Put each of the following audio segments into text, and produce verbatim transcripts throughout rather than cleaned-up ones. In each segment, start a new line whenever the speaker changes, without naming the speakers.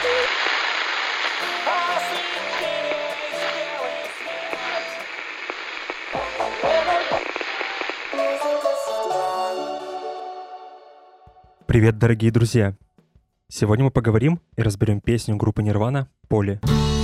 Привет, дорогие друзья! Сегодня мы поговорим и разберем песню группы Nirvana «Polly».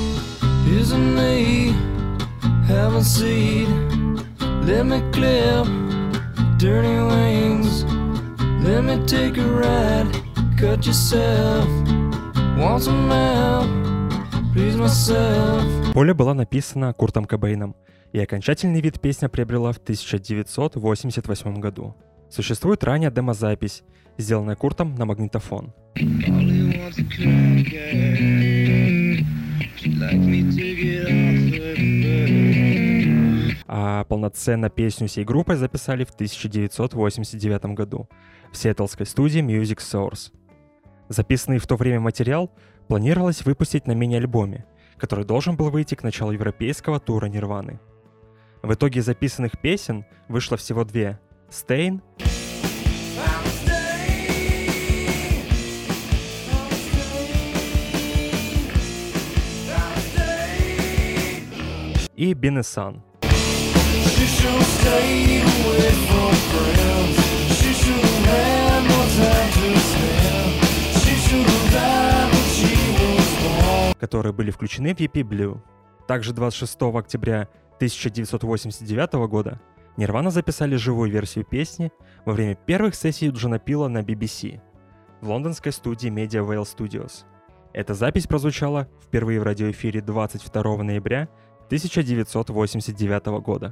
«Polly» была написана Куртом Кобейном, и окончательный вид песня приобрела в тысяча девятьсот восемьдесят восьмом году. Существует ранняя демозапись, сделанная Куртом на магнитофон. А полноценно песню всей группой записали в тысяча девятьсот восемьдесят девятом году в сиэтлской студии Music Source. Записанный в то время материал планировалось выпустить на мини-альбоме, который должен был выйти к началу европейского тура Нирваны. В итоге записанных песен вышло всего две — «Stain» и «Been a Sun». Которые были включены в и пи Blue. Также двадцать шестого октября тысяча девятьсот восемьдесят девятого года Nirvana записали живую версию песни во время первых сессий Джона Пила на би би си в лондонской студии Media Vale Studios. Эта запись прозвучала впервые в радиоэфире двадцать второго ноября тысяча девятьсот восемьдесят девятого года.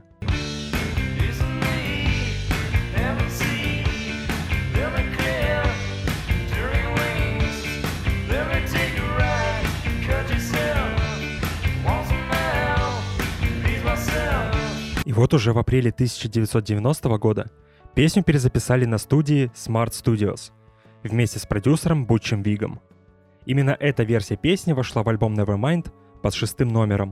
И вот уже в апреле тысяча девятьсот девяностого года песню перезаписали на студии Smart Studios вместе с продюсером Бутчем Вигом. Именно эта версия песни вошла в альбом Nevermind под шестым номером.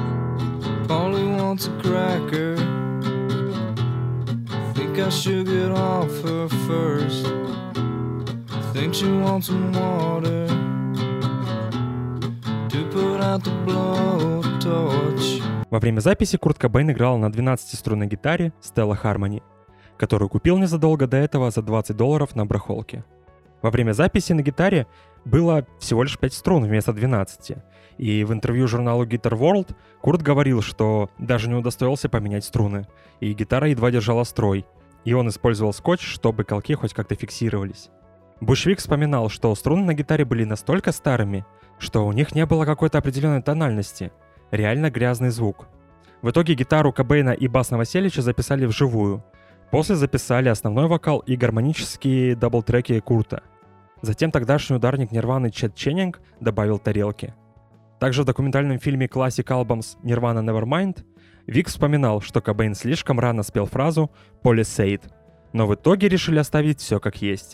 Во время записи Курт Кобейн играл на двенадцатиструнной гитаре Stella Harmony, которую купил незадолго до этого за двадцать долларов на барахолке. Во время записи на гитаре было всего лишь пять струн вместо двенадцати, и в интервью журналу Guitar World Курт говорил, что даже не удостоился поменять струны, и гитара едва держала строй, и он использовал скотч, чтобы колки хоть как-то фиксировались. Бутч Виг вспоминал, что струны на гитаре были настолько старыми, что у них не было какой-то определенной тональности, реально грязный звук. В итоге гитару Кобейна и бас Новоселича записали вживую. После записали основной вокал и гармонические даблтреки Курта. Затем тогдашний ударник Нирваны Чет Ченнинг добавил тарелки. Также в документальном фильме Classic Albums Nirvana Nevermind Вик вспоминал, что Кобейн слишком рано спел фразу «Polly said», но в итоге решили оставить все как есть.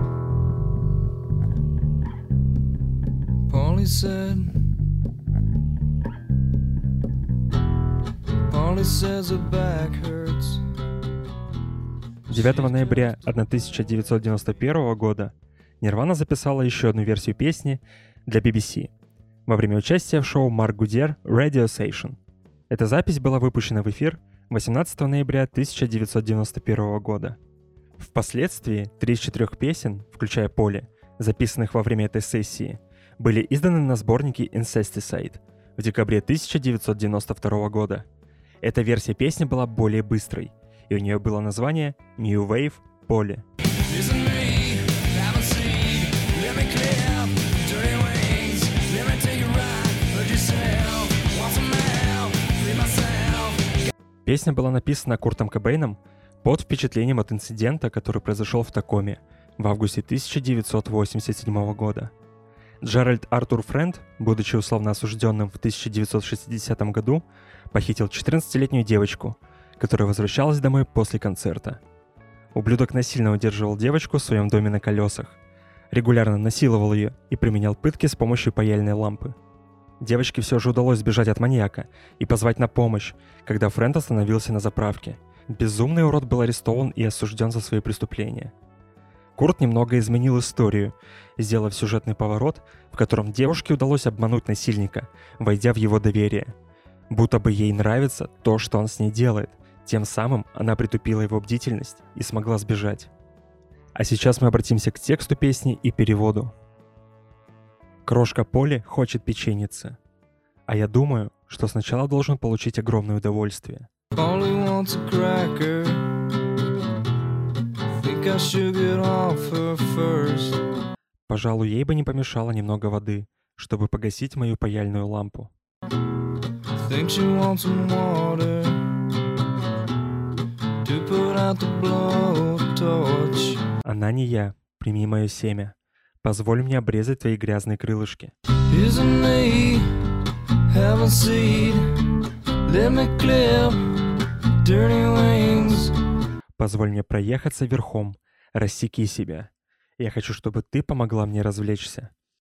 Polly said, Polly says her back hurts. девятого ноября тысяча девятьсот девяносто первого года Nirvana записала еще одну версию песни для би би си во время участия в шоу Марк Гудер Radio Station. Эта запись была выпущена в эфир восемнадцатого ноября тысяча девятьсот девяносто первого года. Впоследствии три из четырех песен, включая Polly, записанных во время этой сессии, были изданы на сборнике Incesticide в декабре тысяча девятьсот девяносто второго года. Эта версия песни была более быстрой, и у нее было название New Wave Polly. Песня была написана Куртом Кобейном под впечатлением от инцидента, который произошел в Такоме в августе тысяча девятьсот восемьдесят седьмого года. Джеральд Артур Френд, будучи условно осужденным в тысяча девятьсот шестидесятом году, похитил четырнадцатилетнюю девочку, которая возвращалась домой после концерта. Ублюдок насильно удерживал девочку в своем доме на колесах, регулярно насиловал ее и применял пытки с помощью паяльной лампы. Девочке все же удалось сбежать от маньяка и позвать на помощь, когда Френд остановился на заправке. Безумный урод был арестован и осужден за свои преступления. Курт немного изменил историю, сделав сюжетный поворот, в котором девушке удалось обмануть насильника, войдя в его доверие. Будто бы ей нравится то, что он с ней делает. Тем самым она притупила его бдительность и смогла сбежать. А сейчас мы обратимся к тексту песни и переводу. Крошка Полли хочет печеницы. А я думаю, что сначала должен получить огромное удовольствие. Пожалуй, ей бы не помешало немного воды, чтобы погасить мою паяльную лампу. Она не я, прими мое семя. Позволь мне обрезать твои грязные крылышки. Позволь мне проехаться верхом, рассеки себя. Я хочу, чтобы ты помогла мне развлечься.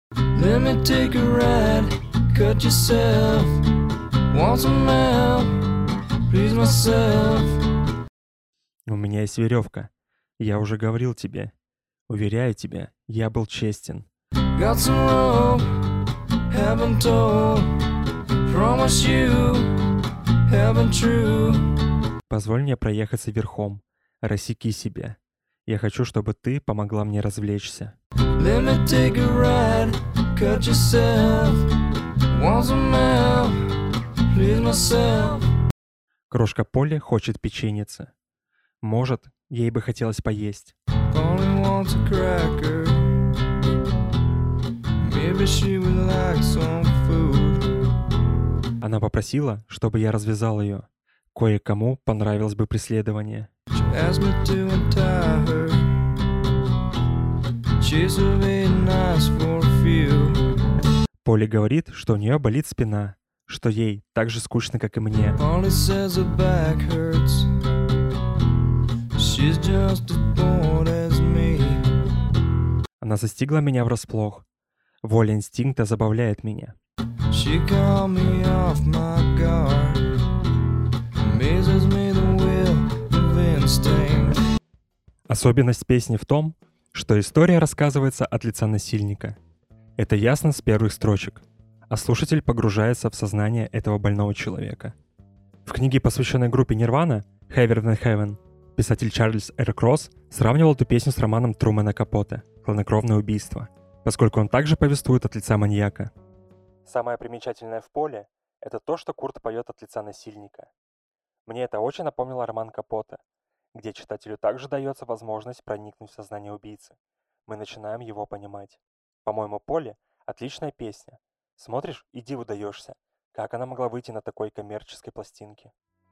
У меня есть веревка. Я уже говорил тебе. Уверяю тебя, я был честен. Позволь мне проехаться верхом. Рассеки себя. Я хочу, чтобы ты помогла мне развлечься. Крошка Полли хочет печеницы. Может, ей бы хотелось поесть. Она попросила, чтобы я развязал ее. Кое-кому понравилось бы преследование. Полли говорит, что у нее болит спина, что ей так же скучно, как и мне. Она застигла меня врасплох. Воля инстинкта забавляет меня. Особенность песни в том, что история рассказывается от лица насильника. Это ясно с первых строчек, а слушатель погружается в сознание этого больного человека. В книге, посвященной группе Nirvana «Heavier Than Heaven», писатель Чарльз Р. Кросс сравнивал эту песню с романом Трумэна Капоте «Хладнокровное убийство», поскольку он также повествует от лица маньяка. Самое примечательное в Поле — это то, что Курт поет от лица насильника. Мне это очень напомнило роман Капоте, где читателю также дается возможность проникнуть в сознание убийцы. Мы начинаем его понимать. По-моему, Поле — отличная песня. Смотришь, и диву даешься, как она могла выйти на такой коммерческой пластинке.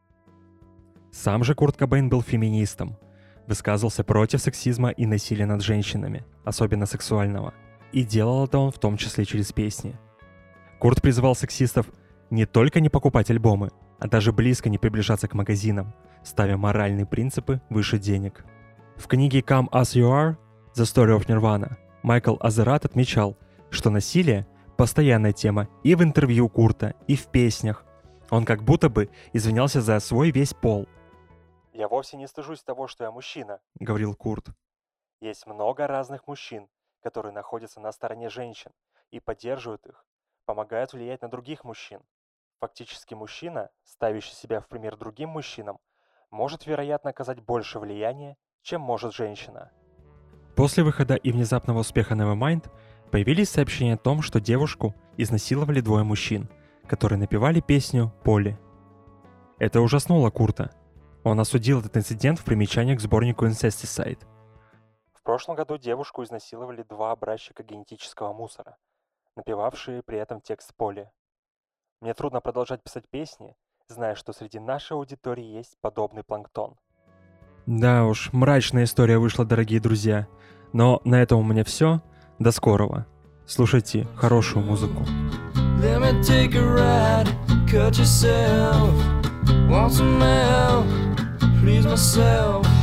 Сам же Курт Кобейн был феминистом, высказывался против сексизма и насилия над женщинами, особенно сексуального, и делал это он в том числе через песни. Курт призывал сексистов не только не покупать альбомы, а даже близко не приближаться к магазинам, ставя моральные принципы выше денег. В книге «Come As You Are» The Story of Nirvana Майкл Азерат отмечал, что насилие – постоянная тема и в интервью Курта, и в песнях. Он как будто бы извинялся за свой весь пол. «Я вовсе не стыжусь того, что я мужчина», — говорил Курт. «Есть много разных мужчин, которые находятся на стороне женщин и поддерживают их, помогают влиять на других мужчин. Фактически мужчина, ставящий себя в пример другим мужчинам, может, вероятно, оказать больше влияния, чем может женщина». После выхода и внезапного успеха Nevermind появились сообщения о том, что девушку изнасиловали двое мужчин, которые напевали песню «Полли». Это ужаснуло Курта. Он осудил этот инцидент в примечании к сборнику Incesticide. В прошлом году девушку изнасиловали два образчика генетического мусора, напевавшие при этом текст Полли. Мне трудно продолжать писать песни, зная, что среди нашей аудитории есть подобный планктон. Да уж, мрачная история вышла, дорогие друзья. Но на этом у меня все. До скорого. Слушайте хорошую музыку. Let me take a ride, cut yourself. Want some help, please myself.